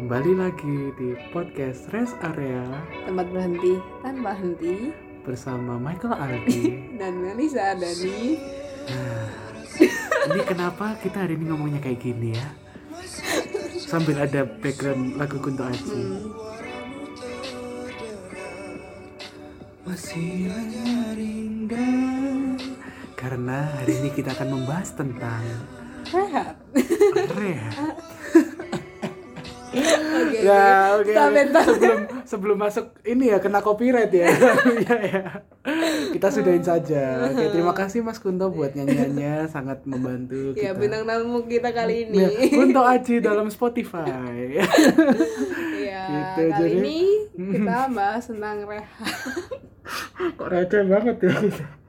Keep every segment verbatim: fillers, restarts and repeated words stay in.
Kembali lagi di podcast Rest Area Tempat berhenti tanpa henti bersama Michael Aldi dan Melisa Dani. Nah, ini kenapa kita hari ini ngomongnya kayak gini ya? Sambil ada background lagu Kunto Aji. Hmm. Masih ringan. Karena hari ini kita akan membahas tentang Rehat. rehat. Oke. Ya, oke. Kita bentar. Sebelum sebelum masuk ini ya kena copyright ya. Ya, ya. Kita sudahin saja. Oke, terima kasih Mas Kunto buat nyanyiannya, sangat membantu Ya, kita. bintang tamu kita kali ini. Ya, Kunto Aji dalam Spotify. Iya, Gitu, kali jadi- ini kita bahas tentang rehat. Kok receh banget ya.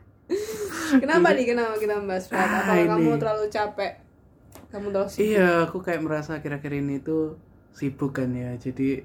Kenapa nih? Kenapa kita membahas rehat? Ah, Apa ini. kamu terlalu capek? Kamu terlalu sibuk? Iya, aku kayak merasa akhir-akhir ini tuh sibuk kan ya. Jadi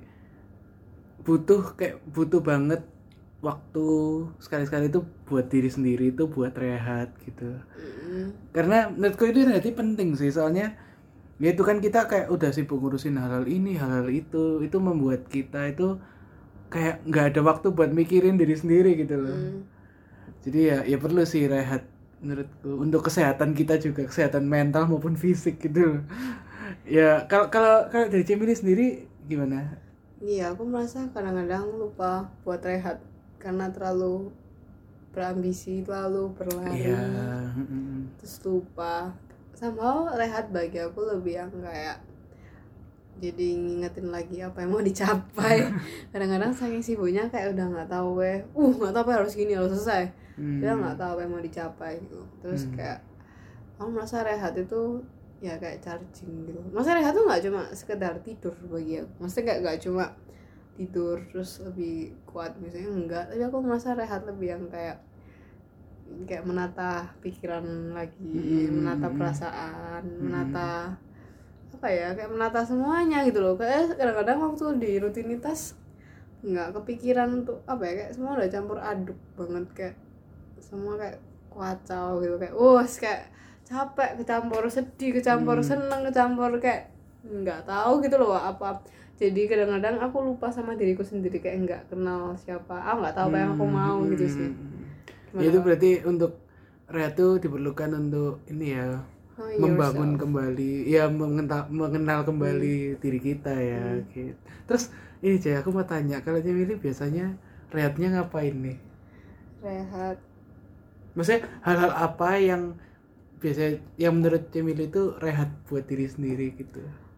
butuh kayak butuh banget waktu sekali-sekali itu buat diri sendiri itu buat rehat gitu. Mm. Karena menurutku itu rehat penting sih, soalnya ya itu kan kita kayak udah sibuk ngurusin hal-hal ini, hal-hal itu, itu membuat kita itu kayak nggak ada waktu buat mikirin diri sendiri gitu loh. Mm. Jadi ya ya perlu sih rehat menurutku untuk kesehatan kita juga, kesehatan mental maupun fisik gitu loh. Ya kalau kalau kalau dari Cemili sendiri gimana? Iya, aku merasa kadang-kadang lupa buat rehat karena terlalu berambisi, terlalu berlari. Iya, mm-mm. Terus lupa. Somehow rehat bagi aku lebih yang kayak jadi ngingetin lagi apa yang mau dicapai. Kadang-kadang saking sibuknya kayak udah nggak tahu weh, uh nggak tahu apa harus gini harus selesai. Hmm. Udah nggak tahu apa yang mau dicapai gitu. Terus Hmm. kayak aku merasa rehat itu ya kayak charging gitu. Maksudnya rehat tuh nggak cuma sekedar tidur bagi aku. Maksudnya kayak nggak cuma tidur terus lebih kuat misalnya, enggak. Tapi aku merasa rehat lebih yang kayak kayak menata pikiran lagi, Hmm. menata perasaan, Hmm. menata apa ya, kayak menata semuanya gitu loh. Kayak kadang-kadang waktu di rutinitas nggak kepikiran untuk apa ya, kayak semua udah campur aduk banget, kayak semua kayak kacau gitu, kayak wah kayak capek, kecampur sedih, kecampur Hmm. seneng, kecampur kayak nggak tahu gitu loh apa. Jadi kadang-kadang aku lupa sama diriku sendiri, kayak nggak kenal siapa, ah nggak tahu apa yang aku mau Hmm. gitu sih. Gimana, Ya, itu Kak? berarti untuk rehat tuh diperlukan untuk ini ya, Oh, membangun yourself. kembali, ya mengenal, mengenal kembali diri kita ya. Hmm. Gitu. Terus ini Jay, aku mau tanya, kalau Cemili biasanya rehatnya ngapain nih? Rehat. Maksudnya hal-hal apa yang biasa yang menurut Cemili itu rehat buat diri sendiri gitu?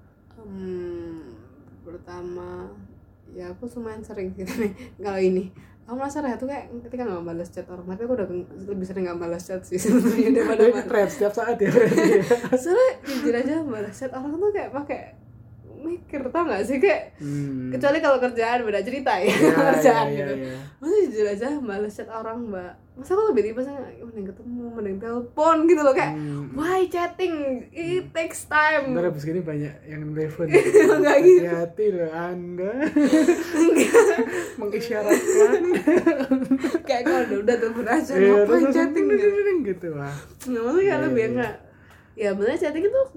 Hmm, pertama ya aku lumayan sering gitu nih kalau ini. Aku merasa rehat tuh kayak ketika nggak balas chat orang, tapi aku udah lebih sering nggak balas chat sih sebenarnya daripada balas. Rehat setiap saat ya berarti ya. Soalnya jujur aja balas chat orang tuh kayak pakai mikir, tau nggak sih, kayak Hmm. kecuali kalau kerjaan beda cerita ya, Ya, kerjaan ya, gitu. ya, ya. Masa jujur aja balas chat orang mbak, masa aku lebih tipe saya mending ketemu, mending telepon gitu loh, kayak Hmm. why chatting, it takes time. Ntar abis gini banyak yang telepon. Nggak gitu. Hati-hati loh Anda mengisyaratkan. Kayak kalau udah udah telepon aja, Iya, ngapain terus chatting gitu. gitu wah. Nggak, maksudnya kayak Iya, lebih iya. enggak. Ya bener chatting itu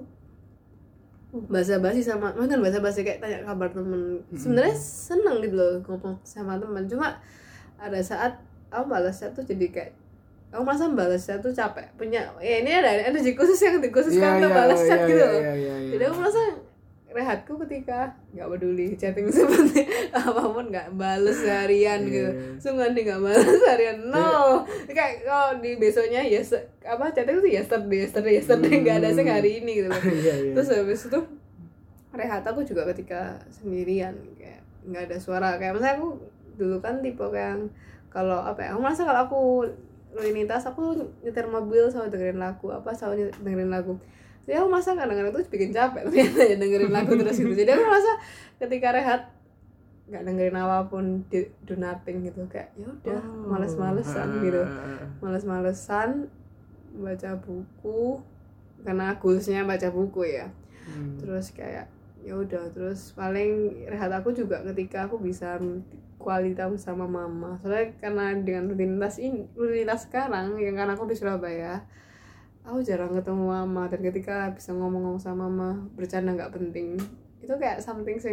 basa-basi sama, bukan basa-basi kayak tanya kabar temen. Sebenarnya seneng gitu loh ngomong sama temen. Cuma ada saat aku balas chat tuh jadi kayak aku merasa balas chat tuh capek. Punya ya ini ada energi khusus yang dikhususkan untuk balas chat gitu loh. Iya, iya, iya. Jadi aku merasa rehatku ketika nggak peduli chatting seperti apapun, nggak balas harian Iya. gitu, sungguh nih nggak balas harian, no. Kayak kalau di besoknya ya yes, apa chatting tuh yesterday yesterday yesterday nggak ada sih hari ini gitu loh. Iya, iya. Terus habis itu rehat aku juga ketika sendirian, kayak nggak ada suara. Kayak misalnya aku dulu kan tipe yang kalau apa ya, aku merasa kalau aku rutinitas aku nyetir mobil selalu dengerin lagu, apa selalu dengerin lagu. Jadi aku merasa kadang-kadang tuh bikin capek ternyata ya dengerin lagu terus gitu. Jadi aku merasa ketika rehat nggak dengerin apapun, do nothing gitu, kayak ya udah Oh. males-malesan gitu, males-malesan baca buku karena goalsnya baca buku ya. Hmm. Terus kayak ya udah, terus paling rehat aku juga ketika aku bisa kualitas sama mama. Soalnya karena dengan rutinitas ini, rutinitas sekarang yang karena aku di Surabaya, aku jarang ketemu mama, dan ketika bisa ngomong-ngomong sama mama, bercanda nggak penting, itu kayak something sing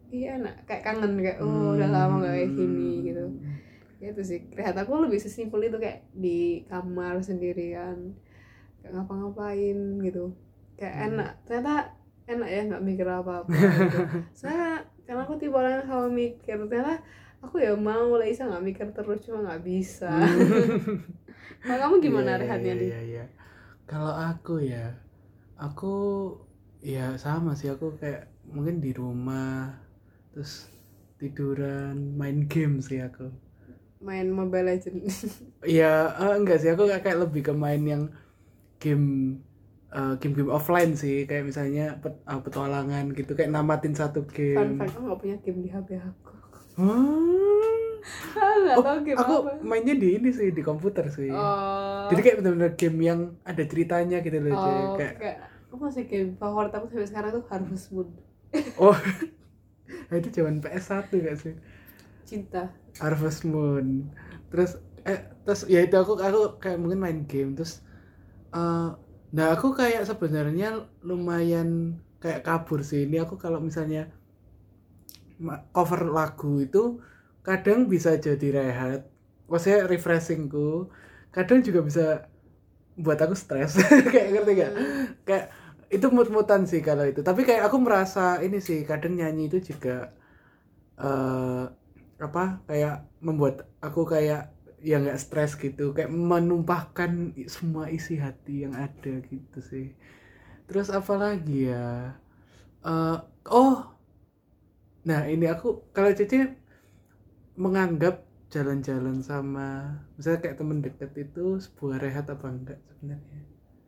iya enak, kayak kangen kayak oh udah lama gak kayak gini gitu. Ya itu sih rehat aku lebih sesimpel itu, kayak di kamar sendirian kayak ngapa-ngapain gitu, kayak hmm. enak, ternyata enak ya nggak mikir apa-apa gitu. Saya karena aku tipe orang yang selalu mikir, ternyata aku ya mau lah bisa nggak mikir terus, cuma nggak bisa. Kalau kamu gimana yeah, rehatnya yeah, yeah, yeah. Kalau aku ya, aku ya sama sih, aku kayak mungkin di rumah terus tiduran, main game sih aku. Main Mobile Legends. Iya, uh, enggak sih, aku kayak lebih ke main yang game uh, game-game offline sih, kayak misalnya pet, uh, petualangan gitu, kayak namatin satu game. Fun fact, aku nggak punya game di H P aku. Hmm. Nggak oh, tahu game aku apa. mainnya di ini sih, di komputer sih. Oh. Jadi kayak benar-benar game yang ada ceritanya gitu loh. Oh, kayak, kayak aku masih game favorit aku sampai sekarang tuh Harvest Moon. Oh. Nah, itu zaman P S satu gak sih? Cinta. Harvest Moon. Terus eh terus ya itu aku aku kayak mungkin main game terus uh, nah aku kayak sebenarnya lumayan kayak kabur sih. Ini aku kalau misalnya cover lagu itu kadang bisa jadi rehat, maksudnya refreshingku, kadang juga bisa buat aku stres. Kayak ngerti gak? Hmm. Kayak itu mood-moodan sih kalau itu. Tapi kayak aku merasa ini sih, kadang nyanyi itu juga uh, apa kayak membuat aku kayak ya nggak stres gitu, kayak menumpahkan semua isi hati yang ada gitu sih. Terus apa lagi ya? Uh, oh, nah ini aku kalau Cece menganggap jalan-jalan sama misalnya kayak temen deket itu sebuah rehat apa enggak sebenarnya?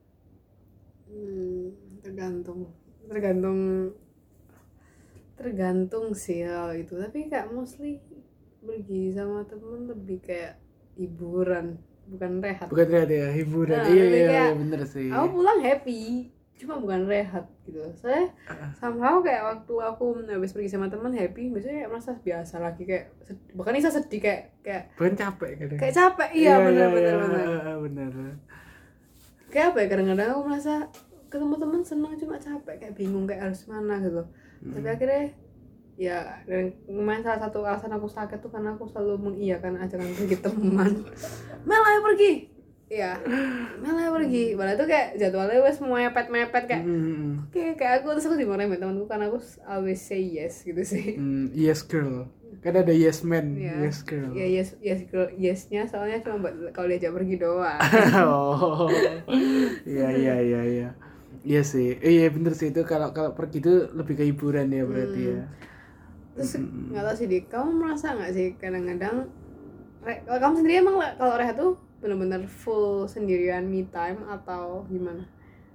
Hmm, tergantung, tergantung, tergantung sih hal itu. Tapi kayak mostly pergi sama temen lebih kayak hiburan, bukan rehat. Bukan rehat ya, hiburan. Nah, iya iya, iya bener sih. Aku pulang happy, cuma bukan rehat gitu. Saya uh-uh. somehow kayak waktu aku habis pergi sama teman happy, biasanya kayak merasa biasa lagi, kayak bukan bisa sedih, kayak kayak bukan capek kadang. Kayak capek, iya benar iya, benar iya, benar. benar. Kayak apa ya, kadang-kadang aku merasa ketemu teman senang, cuma capek, kayak bingung kayak harus mana gitu. Hmm. Tapi akhirnya ya, dan kemarin salah satu alasan aku sakit tuh karena aku selalu mengiyakan ajakan pergi teman. Mel ayo pergi. Iya. Mel ayo pergi. Padahal itu kayak jadwalnya wes semuanya mepet-mepet kayak. Mm. Oke, okay, kayak aku terus aku dimarahin sama temanku karena aku always say yes gitu sih. Mm, yes girl. Kan ada yes man, yeah. Yes girl. Ya yes yes girl, yesnya soalnya cuma buat kalau diajak pergi doang. Oh. Iya iya iya iya. Iya sih. Eh, iya bener sih, itu kalau kalau pergi itu lebih ke hiburan ya berarti hmm. ya. Terus nggak mm-hmm. tahu sih, Dik, kamu merasa nggak sih kadang-kadang re- kalau kamu sendiri emang kalau rehat tuh benar-benar full sendirian me time atau gimana?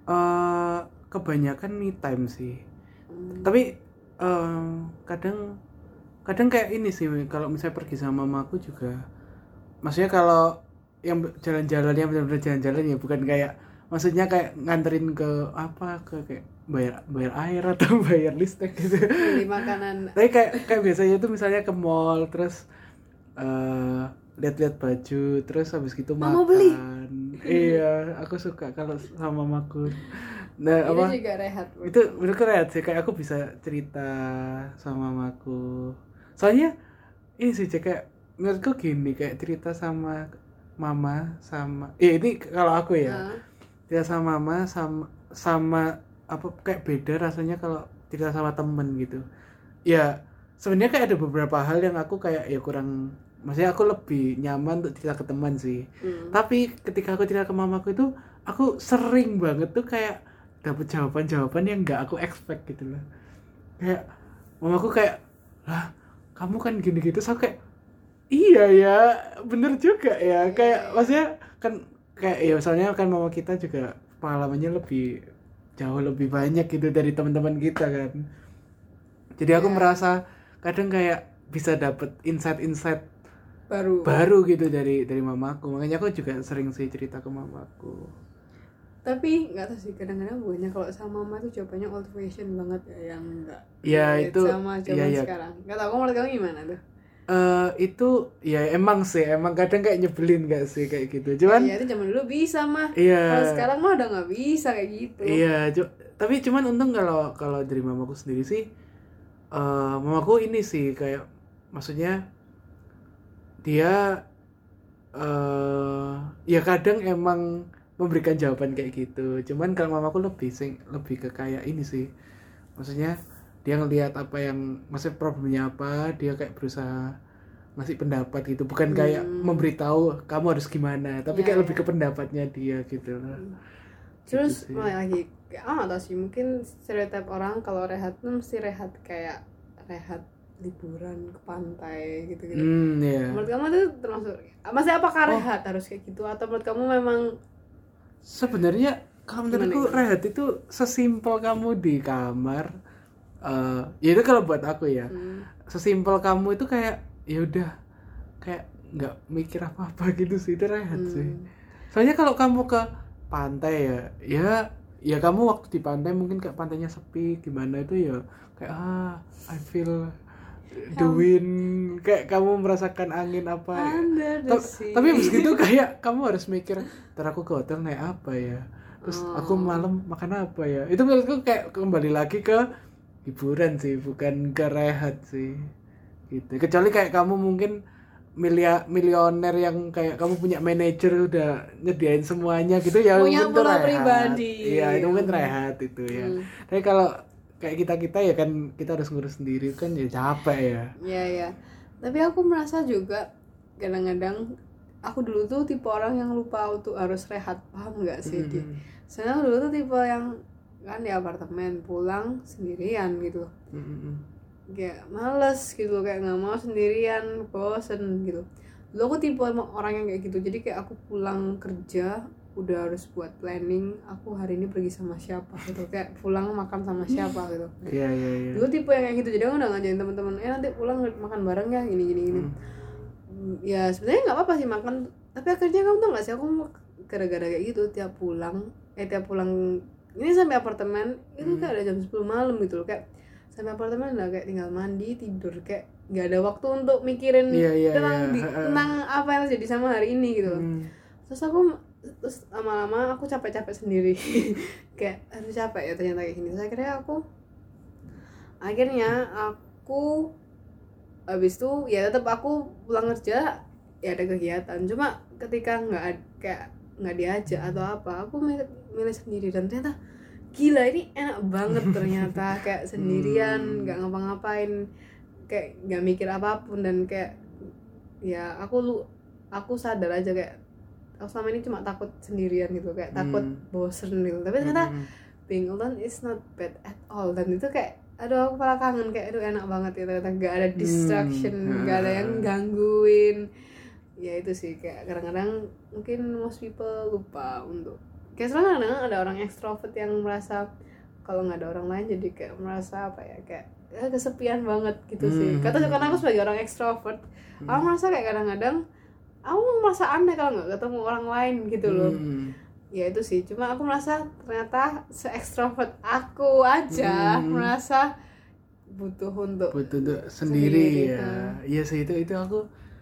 Uh, kebanyakan me time sih. Hmm. Tapi uh, kadang kadang kayak ini sih, kalau misalnya pergi sama mamaku juga. Maksudnya kalau yang jalan-jalan yang benar-benar jalan-jalan ya, bukan kayak maksudnya kayak nganterin ke apa ke kayak bayar bayar air atau bayar listrik gitu. Beli makanan. Tapi kayak kayak biasanya tuh misalnya ke mall terus uh, lihat-lihat baju terus habis gitu Mama makan. Beli. Iya, aku suka kalau sama mamaku. Nah, itu apa? juga rehat. Itu bener rehat sih, kayak aku bisa cerita sama mamaku. Soalnya ini sih kayak menurutku gini, kayak cerita sama mama sama eh ini kalau aku ya. Uh. Cerita sama mama sama sama apa kayak beda rasanya kalau cerita sama temen gitu. Ya sebenarnya kayak ada beberapa hal yang aku kayak ya kurang, maksudnya aku lebih nyaman untuk cerita ke teman sih. Hmm. Tapi ketika aku cerita ke mamaku itu aku sering banget tuh kayak dapet jawaban-jawaban yang nggak aku expect gitu loh. Kayak mamaku kayak, lah kamu kan gini gitu, so kayak iya ya bener juga ya, kayak maksudnya kan kayak ya misalnya kan mama kita juga pengalamannya lebih jauh lebih banyak gitu dari teman-teman kita kan. Jadi aku yeah. merasa kadang kayak bisa dapet insight-insight baru baru gitu dari dari mamaku. Makanya aku juga sering sih cerita ke mamaku. Tapi nggak tahu sih, kadang-kadang bukannya kalau sama mama tuh jawabannya old fashion banget ya, yang nggak ya, itu sama zaman ya, ya. Sekarang. Nggak tahu, kamu menurut kamu gimana tuh? Uh, itu ya emang sih emang kadang kayak nyebelin gak sih kayak gitu, cuman iya, itu zaman dulu bisa mah, iya, kalau sekarang mah udah nggak bisa kayak gitu. Iya, cu- tapi cuman untung kalau kalau dari mamaku sendiri sih uh, mamaku ini sih kayak maksudnya dia uh, ya kadang emang memberikan jawaban kayak gitu. Cuman kalau mamaku lebih sing lebih ke kayak ini sih. Maksudnya dia ngelihat apa yang maksudnya problemnya apa, dia kayak berusaha ngasih pendapat gitu, bukan Hmm. kayak memberitahu kamu harus gimana, tapi Ya, kayak ya. lebih ke pendapatnya dia gitu loh. Hmm. Gitu Terus sih. mulai lagi, ah nggak tahu sih, mungkin stereotip orang kalau rehat tuh mesti rehat kayak rehat liburan ke pantai gitu-gitu. Hmm, ya. Menurut kamu tuh termasuk, maksudnya apakah Oh. rehat harus kayak gitu atau menurut kamu memang Sebenarnya kalau menurutku Gimana, gimana? rehat itu sesimpel kamu di kamar. Uh, ya itu kalau buat aku ya, hmm, sesimpel kamu itu kayak ya udah kayak nggak mikir apa-apa gitu sih, itu rehat hmm, sih. Soalnya kalau kamu ke pantai ya, ya ya kamu waktu di pantai mungkin kayak pantainya sepi gimana itu ya kayak ah I feel the Help. wind, kayak kamu merasakan angin apa. under the Ta- sea. Tapi abis gitu kayak kamu harus mikir, ntar aku ke hotel naik apa ya, terus Oh. aku malam makan apa ya. Itu menurutku kayak kembali lagi ke hiburan sih, bukan ke rehat sih gitu. Kecuali kayak kamu mungkin milia milioner yang kayak kamu punya manajer udah nyediain semuanya gitu ya, Punya mungkin itu bola rehat. pribadi. Iya, itu mungkin rehat itu ya. Hmm. Tapi kalau kayak kita-kita ya kan kita harus ngurus sendiri kan ya capek ya. Iya ya. Tapi aku merasa juga kadang-kadang aku dulu tuh tipe orang yang lupa untuk harus rehat, paham nggak sih? Di Hmm. Soalnya dulu tuh tipe yang kan di apartemen pulang sendirian gitu, Hmm. kayak males gitu, kayak nggak mau sendirian, bosen gitu. Dulu aku tipe emang orang yang kayak gitu, jadi kayak aku pulang kerja udah harus buat planning, aku hari ini pergi sama siapa gitu, kayak pulang makan sama siapa gitu. Iya iya iya. Dulu tipe yang kayak gitu, jadi aku udah ngajakin teman-teman, eh nanti pulang makan bareng ya gini gini gini. Hmm. Ya sebenarnya nggak apa-apa sih makan, tapi akhirnya kamu tau nggak sih, aku gara-gara kayak gitu tiap pulang eh tiap pulang ini sampai apartemen itu Hmm. kayak ada jam sepuluh malam gitu loh, kayak sampai apartemen udah kayak tinggal mandi tidur, kayak nggak ada waktu untuk mikirin Iya, iya, tentang iya. di- tentang apa yang terjadi sama hari ini gitu loh. Hmm. Terus aku terus lama-lama aku capek-capek sendiri kayak aduh capek ya ternyata kayak gini. Terus akhirnya aku akhirnya aku habis itu ya tetap aku pulang kerja ya ada kegiatan, cuma ketika nggak ad- kayak nggak diajak atau apa, aku milih, milih sendiri dan ternyata gila ini enak banget ternyata kayak sendirian nggak ngapa-ngapain, kayak nggak mikir apapun, dan kayak ya aku lu aku sadar aja kayak aku selama ini cuma takut sendirian gitu, kayak takut Hmm. bosen gitu, tapi ternyata Hmm. being alone is not bad at all, dan itu kayak aduh aku malah kangen, kayak aduh enak banget ya ternyata nggak ada distraction, nggak Hmm. ada yang gangguin. Ya itu sih kayak kadang-kadang mungkin most people lupa untuk kayak sekarang kadang ada orang ekstrovert yang merasa kalau nggak ada orang lain jadi kayak merasa apa ya kayak ya, kesepian banget gitu sih. Hmm. Kata karena aku sebagai orang ekstrovert, aku merasa kayak kadang-kadang aku merasa aneh kalau nggak ketemu orang lain gitu loh. Hmm. Ya itu sih, cuma aku merasa ternyata se-ekstrovert aku aja Hmm. merasa butuh untuk butuh untuk sendiri, sendiri, ya. hmm. Iya sih, itu itu aku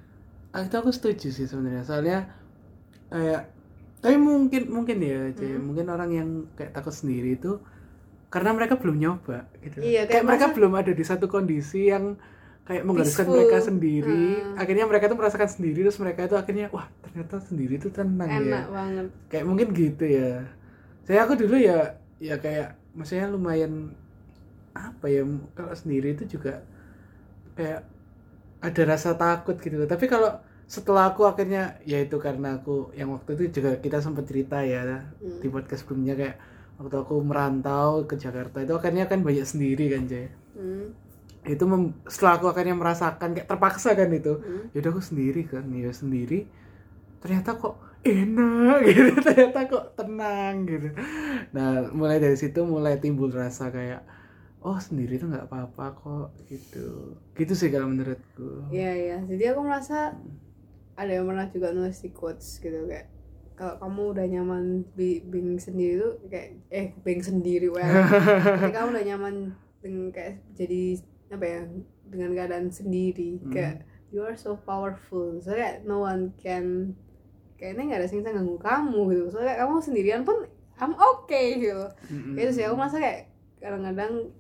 itu aku setuju sih sebenarnya, soalnya kayak tapi mungkin mungkin ya Cey, Hmm. mungkin orang yang kayak takut sendiri itu karena mereka belum nyoba gitu. Iya, kayak kayak mereka masa- belum ada di satu kondisi yang kayak mengharuskan Peaceful. mereka sendiri. Hmm. Akhirnya mereka tuh merasakan sendiri, terus mereka itu akhirnya wah ternyata sendiri itu tenang ya. enak banget. Kayak mungkin gitu ya. Saya aku dulu ya ya kayak maksudnya lumayan apa ya, kalau sendiri itu juga kayak ada rasa takut gitu loh. Tapi kalau setelah aku akhirnya ya itu karena aku yang waktu itu juga kita sempat cerita ya Hmm. di podcast sebelumnya, kayak waktu aku merantau ke Jakarta itu akhirnya kan banyak sendiri kan Jay. Hmm. Itu mem- setelah aku akhirnya merasakan kayak terpaksa kan itu, Hmm. ya udah aku sendiri kan, ya sendiri ternyata kok enak gitu, ternyata kok tenang gitu. Nah mulai dari situ mulai timbul rasa kayak oh sendiri tuh nggak apa-apa kok gitu gitu sih kalau menurutku. Iya iya, jadi aku merasa ada yang pernah juga nulis di quotes gitu kayak kalau kamu udah nyaman be- being sendiri tuh kayak eh being sendiri well ketika kamu udah nyaman dengan kayak jadi apa ya dengan keadaan sendiri, Hmm. kayak you are so powerful, so kayak no one can kayaknya nggak ada yang bisa ganggu kamu gitu, so kayak kamu sendirian pun I'm okay gitu. Mm-mm. Itu sih aku merasa kayak kadang-kadang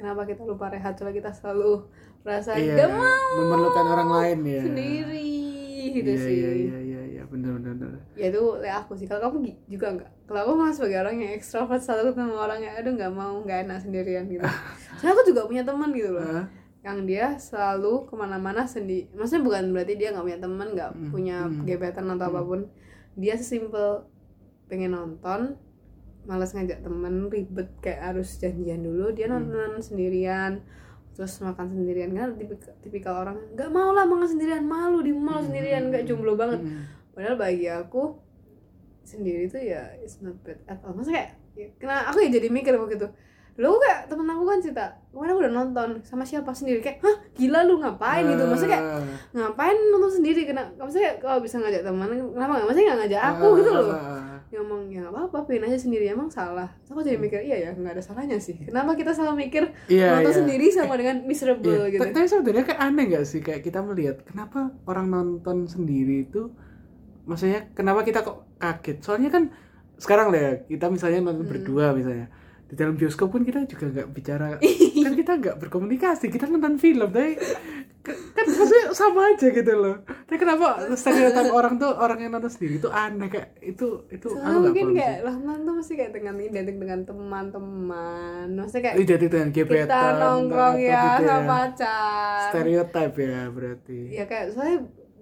kenapa kita lupa rehat, coba kita selalu merasa Iya, gak mau memerlukan orang lain ya. sendiri gitu Iya, sih. Iya iya iya iya benar benar benar. Ya itu ya aku sih. Kalau kamu gi- juga enggak? Kalau aku malah sebagai orang yang ekstrovert, selalu ketemu orang yang aduh nggak mau, nggak enak sendirian gitu. Soalnya aku juga punya teman gitu loh, Hah? yang dia selalu kemana-mana sendiri. Maksudnya bukan berarti dia nggak punya teman, nggak Hmm, punya hmm. gebetan atau Hmm. apapun. Dia sesimpel pengen nonton, malas ngajak temen, ribet kayak harus janjian dulu, dia Hmm. nonton sendirian, terus makan sendirian. Kan tipikal, tipikal orang nggak mau lah makan sendirian, malu di mall sendirian, kayak jomblo banget. Hmm. Padahal bagi aku sendiri tuh ya it's not bad at all. Maksudnya kayak ya, kena aku ya jadi mikir waktu itu. Dulu aku kayak temen aku kan cerita, kemarin aku udah nonton sama siapa sendiri, kayak hah gila lu ngapain gitu. Maksudnya kayak Ah. ngapain nonton sendiri, kena maksudnya kalau bisa ngajak teman kenapa nggak, maksudnya nggak ngajak aku gitu loh. Ah. Dia ngomong ya nggak apa-apa, pengen aja sendiri, emang salah. Terus aku jadi mikir iya ya nggak ada salahnya sih, kenapa kita selalu mikir Iya, nonton iya. sendiri sama dengan miserable Iya, gitu. t- tapi sebenarnya kayak aneh nggak sih kayak kita melihat kenapa orang nonton sendiri itu, maksudnya kenapa kita kok kaget? Soalnya kan sekarang lah ya, kita misalnya nonton Hmm. berdua misalnya di dalam bioskop pun kita juga nggak bicara, kan kita nggak berkomunikasi, kita nonton film, tapi k- kan maksudnya sama aja gitu loh. Tapi kenapa stereotip orang tuh orang yang nonton sendiri itu aneh kayak itu itu aku Soalnya nggak mungkin paham kayak sih. nonton tuh mesti kayak dengan identik dengan teman-teman, maksudnya kayak Identik dengan gebetan kita nongkrong apa ya gitu sama pacar. stereotip ya berarti. Ya kayak soalnya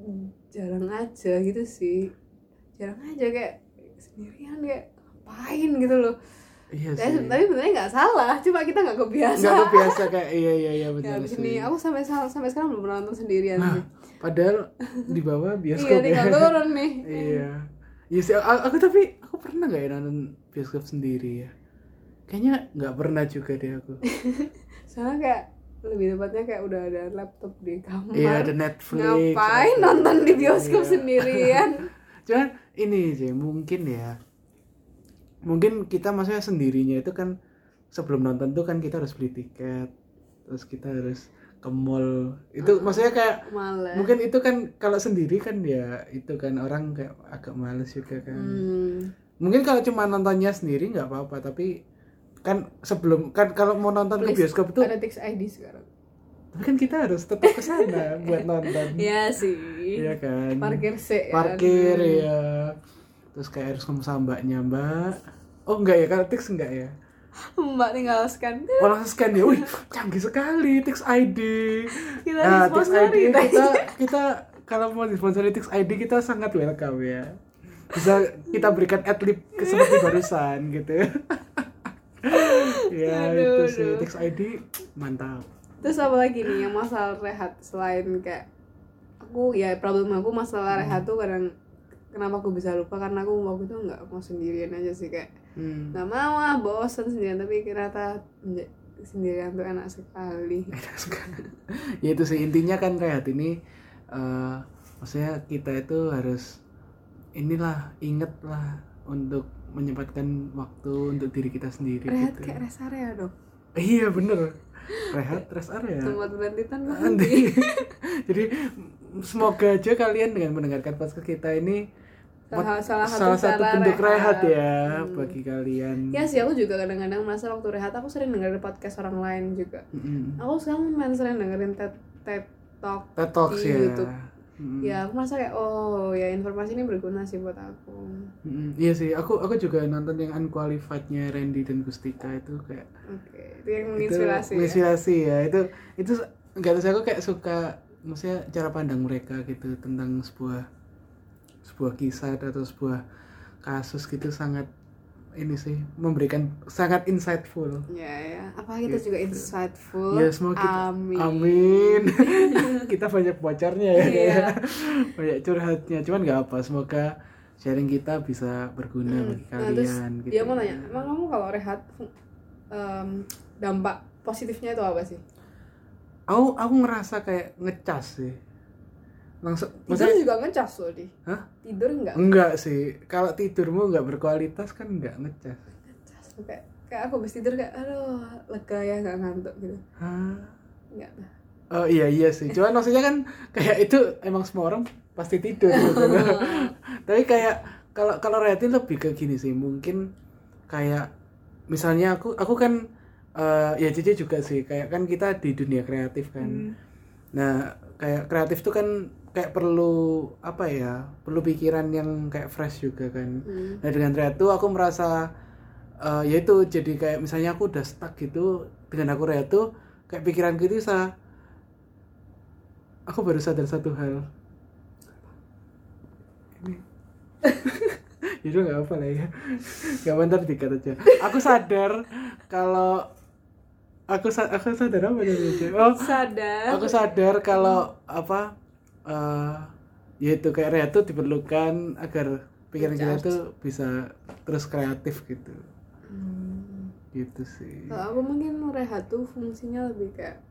jarang aja gitu sih, jarang aja kayak sendirian kayak ngapain gitu loh. Iya Tapi sih. tapi sebenarnya nggak salah, cuma kita nggak kebiasa. Nggak kebiasa kayak iya iya iya Ya benar abis sih. ini aku sampai sampai sekarang belum pernah nonton sendirian Nah, sih. padahal di bawah Iya bioskop tinggal ya. turun nih. Iya. Iya sih, a- aku tapi aku pernah nggak ya nonton bioskop sendiri ya? Kayaknya nggak pernah juga deh aku. Soalnya kayak lebih tepatnya kayak udah ada laptop di kamar. Iya ada Netflix. Ngapain ada- nonton di bioskop Iya. sendirian? Cuman ini sih mungkin ya. Mungkin kita maksudnya sendirinya itu kan sebelum nonton tuh kan kita harus beli tiket, terus kita harus ke mall. Itu Ah. maksudnya kayak Males. mungkin itu kan kalau sendiri kan ya itu kan orang kayak agak males juga kan. Hmm. Mungkin kalau cuma nontonnya sendiri nggak apa-apa, tapi kan sebelum kan kalau mau nonton ke Please, bioskop itu ada Tix I D sekarang. tapi kan kita harus tetap ke sana buat nonton. Iya sih. Iya kan. Parkir sih. Parkir ya. Terus kayak harus ngomong sama mbaknya, Mbak. Oh enggak ya, kalau Tix enggak ya. Mbak tinggal scan. Oh langsung scan ya. Wih, canggih sekali Tix I D. Kita Nah, Tix I D disponsori, kita kita kalau mau disponsori Tix I D kita sangat welcome ya. Bisa kita berikan adlib ke seperti barusan gitu. Ya Aduh, itu sih aduh. Tix I D mantap. Terus apa lagi nih yang masalah rehat selain kayak aku ya problem aku masalah rehat tuh kadang kenapa aku bisa lupa karena aku waktu itu nggak mau sendirian aja sih, kayak Hmm. nggak mau ah, bosan sendirian, tapi ternyata menja- sendirian tuh enak sekali. Enak sekali. Ya itu sih intinya kan rehat ini eh, maksudnya kita itu harus inilah inget lah untuk menyempatkan waktu untuk diri kita sendiri Rehat gitu. kayak rest area dong, Iya bener. Rehat rest area. tempat berhentian Nanti. berhenti. Jadi semoga aja kalian dengan mendengarkan podcast kita ini Salah, salah satu, salah satu cara bentuk rehat ya Hmm. bagi kalian. Ya sih, aku juga kadang-kadang merasa waktu rehat aku sering dengerin podcast orang lain juga. Mm-mm. Aku sekarang main sering dengerin TED, TED Talk TED Talks di ya. YouTube. Mm-mm. Ya aku merasa kayak oh ya informasi ini berguna sih buat aku. Mm-mm. Iya sih, aku aku juga nonton yang Unqualified-nya Randy dan Gustika itu kayak Oke, itu yang menginspirasi. itu ya. menginspirasi ya. Itu itu enggak tahu, aku kayak suka maksudnya cara pandang mereka gitu tentang sebuah sebuah kisah atau sebuah kasus gitu sangat ini sih memberikan sangat insightful. Ya ya, apa kita Gitu. juga insightful. Ya semoga kita, Amin. amin. Kita banyak bocornya ya, Iya. banyak curhatnya. Cuman nggak apa, semoga sharing kita bisa berguna Hmm. bagi Nah, terus kalian. gitu. dia mau nanya, emang kamu kalau rehat em, dampak positifnya itu apa sih? Aku aku ngerasa kayak ngecas sih. Langsung, Tidur maksudnya juga ngecas loh di. Hah? Tidur enggak? enggak sih. Kalau tidurmu nggak berkualitas kan nggak ngecas. Ngecas tuh kayak kayak aku habis tidur kayak aduh lega ya nggak ngantuk gitu. Hah? Enggak lah. Oh iya iya sih. Cuman maksudnya kan kayak itu emang semua orang pasti tidur gitu. Tapi kayak kalau kalau rehatin lebih ke gini sih. Mungkin kayak misalnya aku aku kan uh, ya Cici juga sih, kayak kan kita di dunia kreatif kan. Hmm. Nah, kayak kreatif tuh kan kayak perlu apa ya? Perlu pikiran yang kayak fresh juga kan. Hmm. Nah, dengan rehat tuh aku merasa uh, ya itu jadi kayak misalnya aku udah stuck gitu, dengan aku rehat tuh kayak pikiranku itu bisa. Aku baru sadar satu hal. Ini. Jadi nggak apa lah ya, nggak bentar dikat aja. Aku sadar kalau aku aku sadar apa aja. Oh, sadar. Aku sadar kalau apa, uh, yaitu kayak rehat tuh diperlukan agar pikiran kita tuh bisa terus kreatif gitu. Hmm. Gitu sih. Kalau aku mungkin rehat tuh fungsinya lebih kayak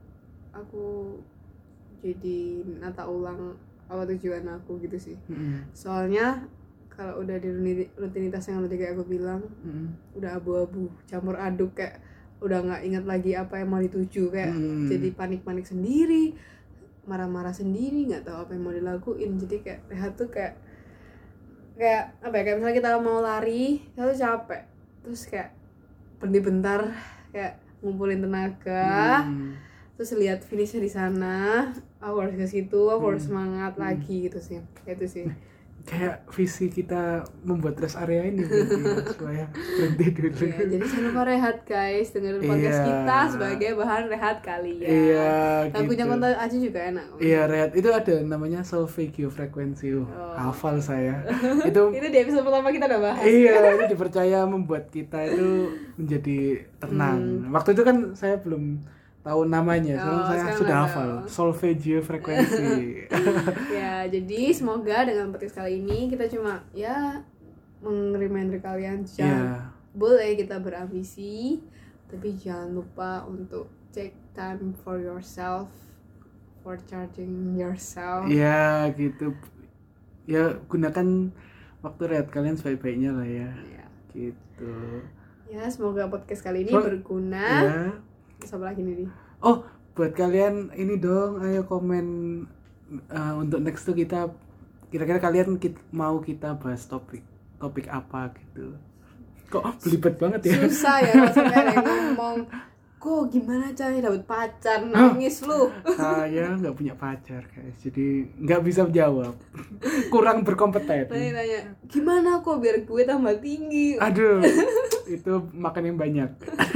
aku jadi nata ulang apa tujuan aku gitu sih. Mm-hmm. Soalnya kalau udah di rutinitas yang tadi kayak aku bilang, mm-hmm. udah abu-abu, campur aduk, kayak udah nggak ingat lagi apa yang mau dituju, kayak mm-hmm. jadi panik-panik sendiri, marah-marah sendiri, nggak tahu apa yang mau dilakuin. Jadi kayak rehat tuh kayak kayak apa ya, kayak misalnya kita mau lari, kita tuh capek, terus kayak berhenti bentar, kayak ngumpulin tenaga. Mm. Terus lihat finishnya di sana, aku harus ke situ, aku hmm. harus semangat hmm. lagi gitu sih, itu sih. Kayak visi kita membuat rest area ini berarti, supaya berhenti dulu. Ya, jadi jangan lupa rehat guys, dengerin podcast yeah. kita sebagai bahan rehat kalian. Iya. Yeah, lagunya gitu. Konten aja juga enak. Iya yeah, rehat itu ada namanya solfeggio frekuensi, oh. hafal saya. Itu itu di episode pertama kita udah bahas. Iya, itu dipercaya membuat kita itu menjadi tenang. Hmm. Waktu itu kan saya belum tahu namanya, oh, saya sudah hafal solfeggio frekuensi. Ya, jadi semoga dengan podcast kali ini kita cuma ya meng-reminder kalian jangan yeah. boleh kita berambisi, tapi jangan lupa untuk take time for yourself, for charging yourself. Ya gitu, ya gunakan waktu rehat kalian sebaik-baiknya lah ya. Yeah. Gitu. Ya, semoga podcast kali ini so, berguna. Yeah. Sama lagi nih. Oh, buat kalian ini dong, ayo komen uh, untuk next tuh kita kira-kira kalian kita, mau kita bahas topik topik apa gitu. Kok belibet banget ya? Susah ya maksudnya ada yang ngomong, kok gimana caranya dapet pacar, nangis lu. Saya nggak punya pacar guys, jadi nggak bisa jawab. Kurang berkompeten. Nanya-nanya, gimana kok biar gue tambah tinggi? Aduh, itu makan yang banyak.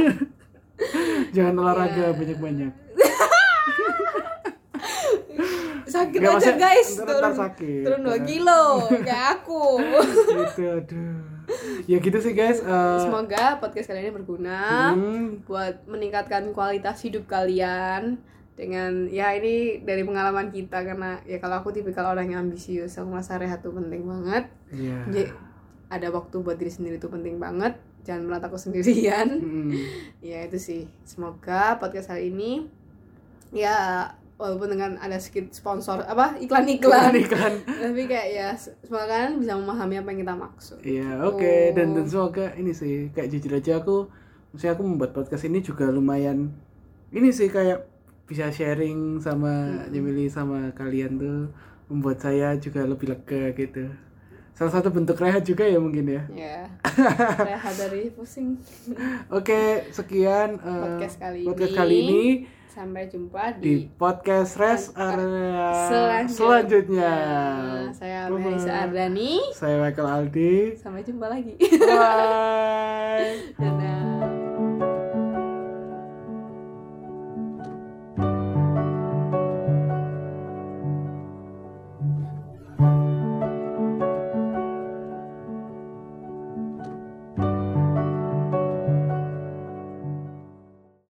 Jangan olahraga yeah. banyak-banyak. Sakit gak aja guys, turun, sakit, turun dua kilo kayak aku. Gitu, aduh. Ya gitu sih guys. Uh, Semoga podcast kali ini berguna hmm. buat meningkatkan kualitas hidup kalian. Dengan ya ini dari pengalaman kita, karena ya kalau aku tipikal orang yang ambisius, aku merasa rehat tuh penting banget. Yeah. Jadi ada waktu buat diri sendiri tuh penting banget. Jangan melihat aku sendirian. Hmm. Ya itu sih. Semoga podcast hari ini ya walaupun dengan ada sedikit sponsor apa iklan-iklan, iklan. Tapi kayak ya semoga kalian bisa memahami apa yang kita maksud. Iya oke okay. oh. dan dan semoga ini sih kayak jujur aja aku, maksudnya aku membuat podcast ini juga lumayan ini sih kayak bisa sharing sama hmm. Jamili sama kalian tuh, membuat saya juga lebih lega gitu. Salah satu bentuk rehat juga ya mungkin ya. Iya. Rehat dari pusing. Oke, sekian uh, podcast kali podcast ini. kali ini. Sampai jumpa di, di podcast rest area selanjutnya. selanjutnya. Saya Melisa Ardani. Saya Michael Aldi. Sampai jumpa lagi. Bye. Dadah.